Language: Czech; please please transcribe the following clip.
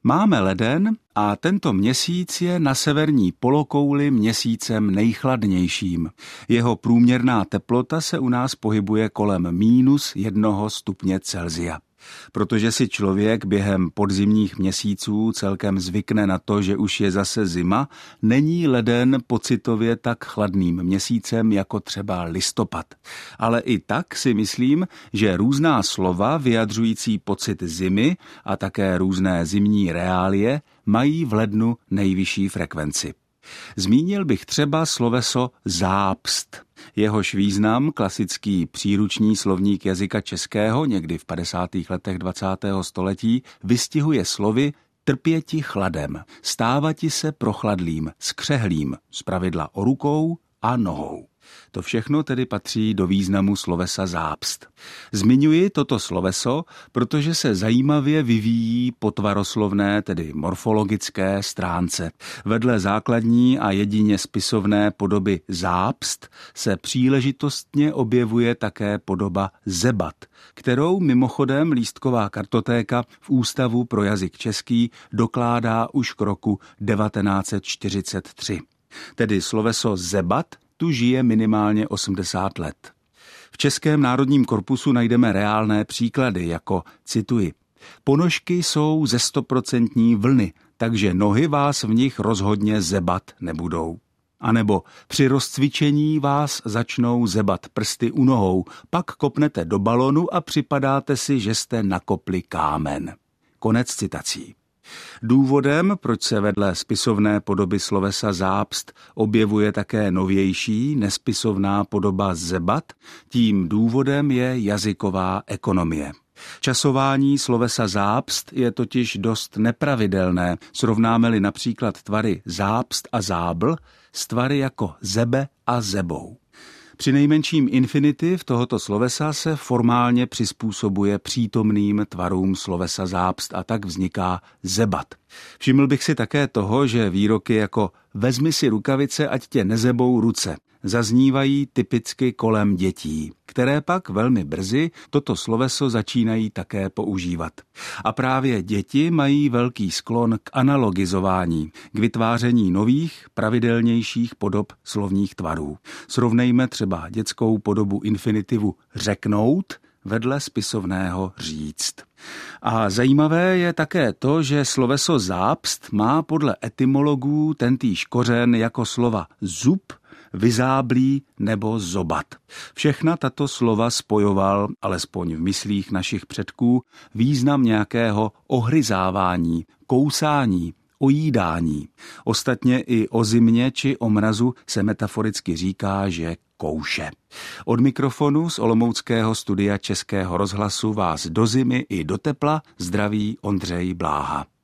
Máme leden a tento měsíc je na severní polokouli měsícem nejchladnějším. Jeho průměrná teplota se u nás pohybuje kolem -1 stupně Celsia. Protože si člověk během podzimních měsíců celkem zvykne na to, že už je zase zima, není leden pocitově tak chladným měsícem jako třeba listopad. Ale i tak si myslím, že různá slova vyjadřující pocit zimy a také různé zimní reálie mají v lednu nejvyšší frekvenci. Zmínil bych třeba sloveso zápst. Jehož význam klasický příruční slovník jazyka českého někdy v 50. letech 20. století vystihuje slovy trpěti chladem, stávati se prochladlým, skřehlým, zpravidla o rukou a nohou. To všechno tedy patří do významu slovesa zápst. Zmiňuji toto sloveso, protože se zajímavě vyvíjí po tvaroslovné, tedy morfologické stránce. Vedle základní a jedině spisovné podoby zápst se příležitostně objevuje také podoba zebat, kterou mimochodem lístková kartotéka v Ústavu pro jazyk český dokládá už k roku 1943. Tedy sloveso zebat tu žije minimálně 80 let. V Českém národním korpusu najdeme reálné příklady, jako, cituji, ponožky jsou ze 100% vlny, takže nohy vás v nich rozhodně zebat nebudou. A nebo při rozcvičení vás začnou zebat prsty u nohou, pak kopnete do balonu a připadáte si, že jste nakopli kámen. Konec citací. Důvodem, proč se vedle spisovné podoby slovesa zápst objevuje také novější, nespisovná podoba zebat, tím důvodem je jazyková ekonomie. Časování slovesa zápst je totiž dost nepravidelné, srovnáme-li například tvary zápst a zábl s tvary jako zebe a zebou. Přinejmenším infinitiv tohoto slovesa se formálně přizpůsobuje přítomným tvarům slovesa zápst a tak vzniká zebat. Všiml bych si také toho, že výroky jako vezmi si rukavice, ať tě nezebou ruce zaznívají typicky kolem dětí, které pak velmi brzy toto sloveso začínají také používat. A právě děti mají velký sklon k analogizování, k vytváření nových, pravidelnějších podob slovních tvarů. Srovnejme třeba dětskou podobu infinitivu řeknout vedle spisovného říct. A zajímavé je také to, že sloveso zápst má podle etymologů tentýž kořen jako slova zub, vyzáblý nebo zobat. Všechna tato slova spojoval, alespoň v myslích našich předků, význam nějakého ohryzávání, kousání, ojídání. Ostatně i o zimě či o mrazu se metaforicky říká, že kouše. Od mikrofonu z olomouckého studia Českého rozhlasu vás do zimy i do tepla zdraví Ondřej Bláha.